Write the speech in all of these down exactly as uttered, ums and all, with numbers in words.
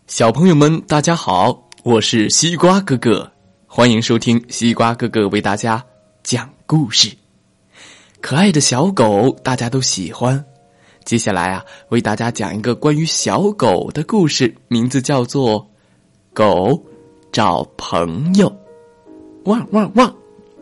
小朋友们大家好，我是西瓜哥哥，欢迎收听西瓜哥哥为大家讲故事。可爱的小狗大家都喜欢，接下来啊，为大家讲一个关于小狗的故事，名字叫做狗找朋友。汪汪汪！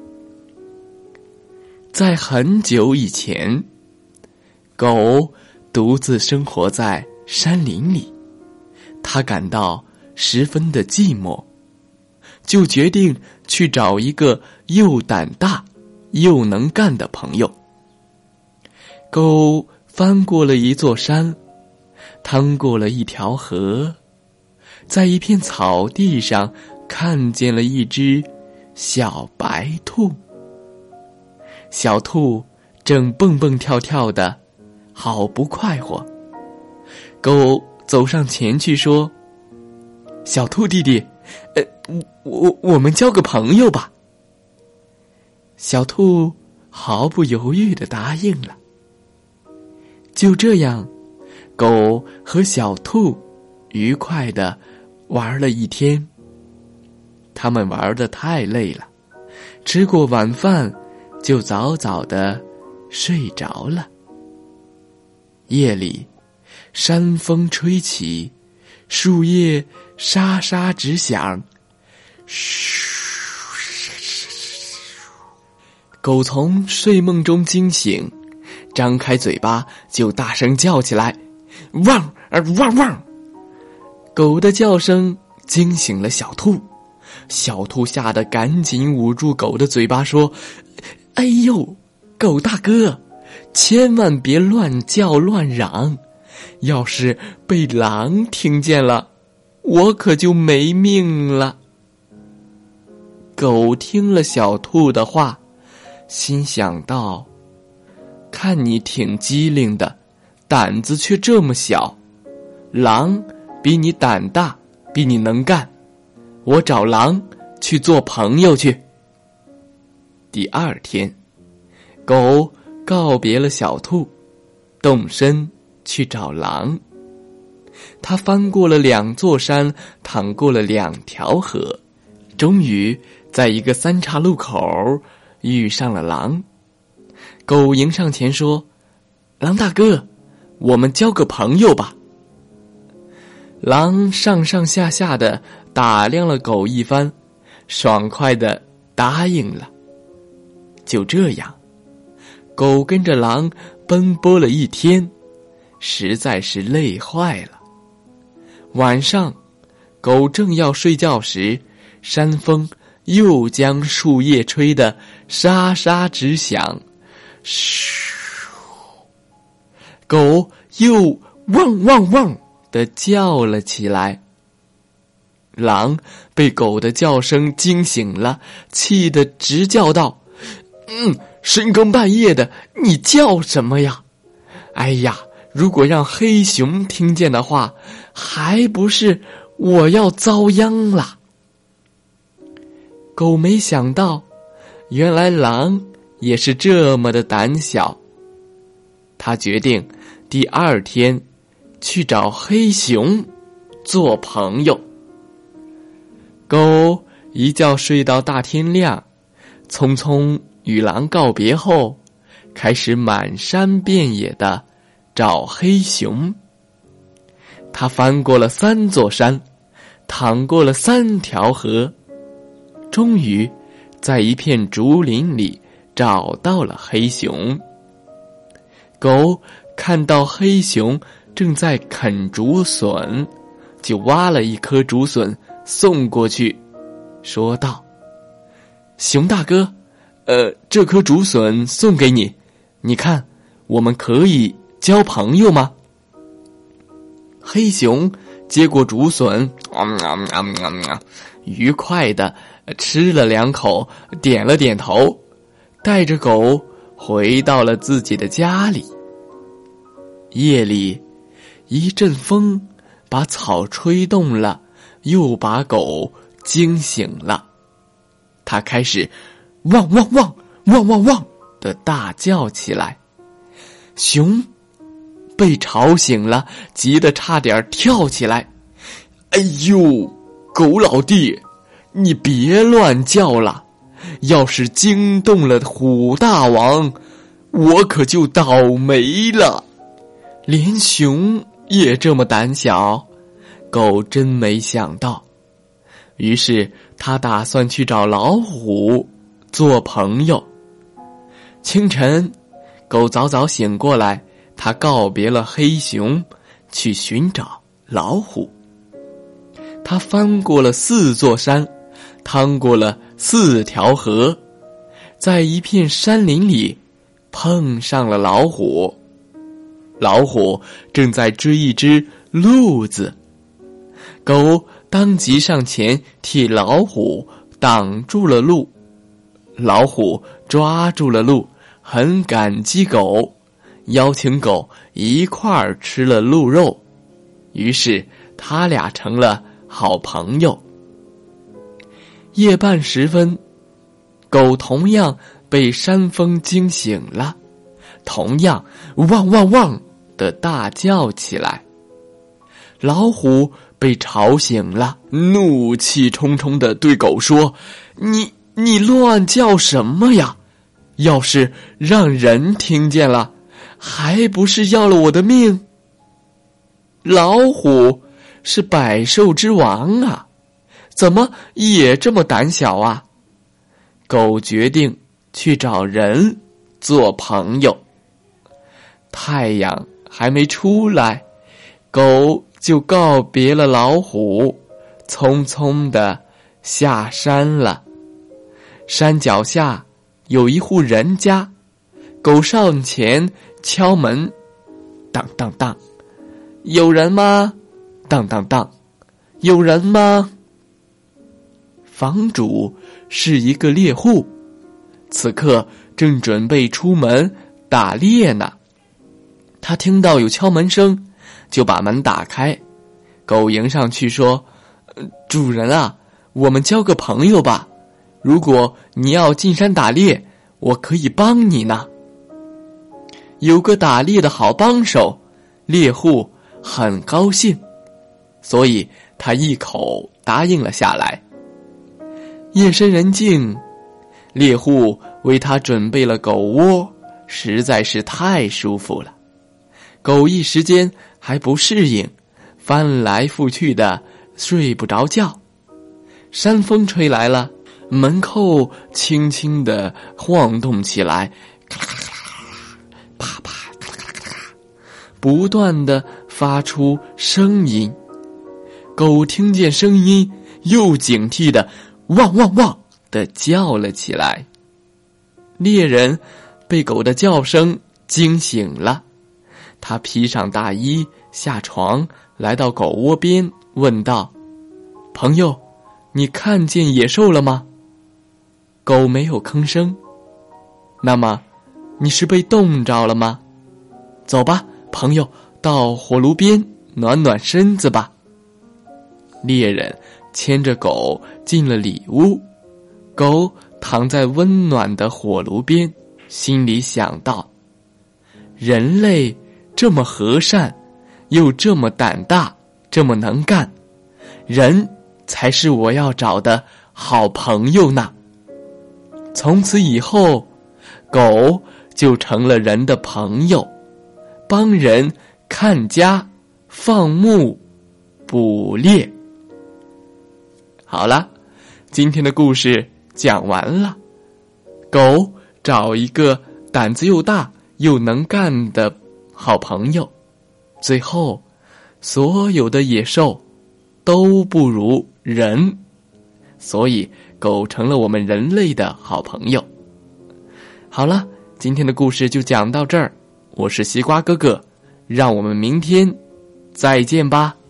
在很久以前，狗独自生活在山林里，他感到十分的寂寞，就决定去找一个又胆大又能干的朋友。狗翻过了一座山，趟过了一条河，在一片草地上看见了一只小白兔。小兔正蹦蹦跳跳的，好不快活。狗走上前去说：小兔弟弟，呃，我我们交个朋友吧。小兔毫不犹豫地答应了。就这样，狗和小兔愉快地玩了一天。他们玩得太累了，吃过晚饭就早早地睡着了。夜里，山风吹起，树叶沙沙直响。狗从睡梦中惊醒，张开嘴巴就大声叫起来：汪汪汪！狗的叫声惊醒了小兔，小兔吓得赶紧捂住狗的嘴巴说：哎呦，狗大哥，千万别乱叫乱嚷，要是被狼听见了，我可就没命了。狗听了小兔的话，心想到：看你挺机灵的，胆子却这么小，狼比你胆大，比你能干，我找狼去做朋友去。第二天，狗告别了小兔，动身去找狼。他翻过了两座山，淌过了两条河，终于在一个三岔路口遇上了狼。狗迎上前说：狼大哥，我们交个朋友吧。狼上上下下的打量了狗一番，爽快的答应了。就这样，狗跟着狼奔波了一天，实在是累坏了。晚上，狗正要睡觉时，山风又将树叶吹得沙沙直响。嘘，狗又汪汪汪地叫了起来。狼被狗的叫声惊醒了，气得直叫道：嗯，深更半夜的，你叫什么呀？哎呀，如果让黑熊听见的话，还不是我要遭殃了。狗没想到，原来狼也是这么的胆小。他决定第二天去找黑熊做朋友。狗一觉睡到大天亮，匆匆与狼告别后，开始满山遍野的找黑熊。他翻过了三座山，淌过了三条河，终于在一片竹林里找到了黑熊。狗看到黑熊正在啃竹笋，就挖了一颗竹笋送过去，说道：熊大哥，呃，这颗竹笋送给你，你看，我们可以交朋友吗？黑熊接过竹笋，嗯嗯嗯嗯嗯、愉快地吃了两口，点了点头，带着狗回到了自己的家里。夜里，一阵风把草吹动了，又把狗惊醒了。它开始汪汪汪汪汪汪地大叫起来。熊被吵醒了，急得差点跳起来。 哎呦，狗老弟，你别乱叫了，要是惊动了虎大王，我可就倒霉了。连熊也这么胆小，狗真没想到。于是他打算去找老虎做朋友。清晨，狗早早醒过来，他告别了黑熊，去寻找老虎。他翻过了四座山，趟过了四条河，在一片山林里碰上了老虎。老虎正在追一只鹿子，狗当即上前替老虎挡住了路。老虎抓住了鹿，很感激狗，邀请狗一块儿吃了鹿肉，于是他俩成了好朋友。夜半时分，狗同样被山风惊醒了，同样汪汪汪地大叫起来。老虎被吵醒了，怒气冲冲地对狗说：你你乱叫什么呀？要是让人听见了，还不是要了我的命？老虎是百兽之王啊，怎么也这么胆小啊？狗决定去找人做朋友。太阳还没出来，狗就告别了老虎，匆匆地下山了。山脚下有一户人家，狗上前敲门，当当当，有人吗？当当当，有人吗？房主是一个猎户，此刻正准备出门打猎呢。他听到有敲门声，就把门打开。狗迎上去说：主人啊，我们交个朋友吧，如果你要进山打猎，我可以帮你呢。有个打猎的好帮手，猎户很高兴，所以他一口答应了下来。夜深人静，猎户为他准备了狗窝，实在是太舒服了。狗一时间还不适应，翻来覆去的睡不着觉。山风吹来了，门扣轻轻地晃动起来，咔啦咔啦，啪啪，咔啦咔啦，不断地发出声音。狗听见声音，又警惕地汪汪汪地叫了起来。猎人被狗的叫声惊醒了，他披上大衣，下床，来到狗窝边，问道：朋友，你看见野兽了吗？狗没有吭声。那么你是被冻着了吗？走吧，朋友，到火炉边暖暖身子吧。猎人牵着狗进了里屋，狗躺在温暖的火炉边，心里想到：人类这么和善，又这么胆大，这么能干，人才是我要找的好朋友呢。从此以后，狗就成了人的朋友，帮人看家、放牧、捕猎。好了，今天的故事讲完了。狗找一个胆子又大又能干的好朋友，最后所有的野兽都不如人，所以狗成了我们人类的好朋友。好了，今天的故事就讲到这儿，我是西瓜哥哥，让我们明天再见吧。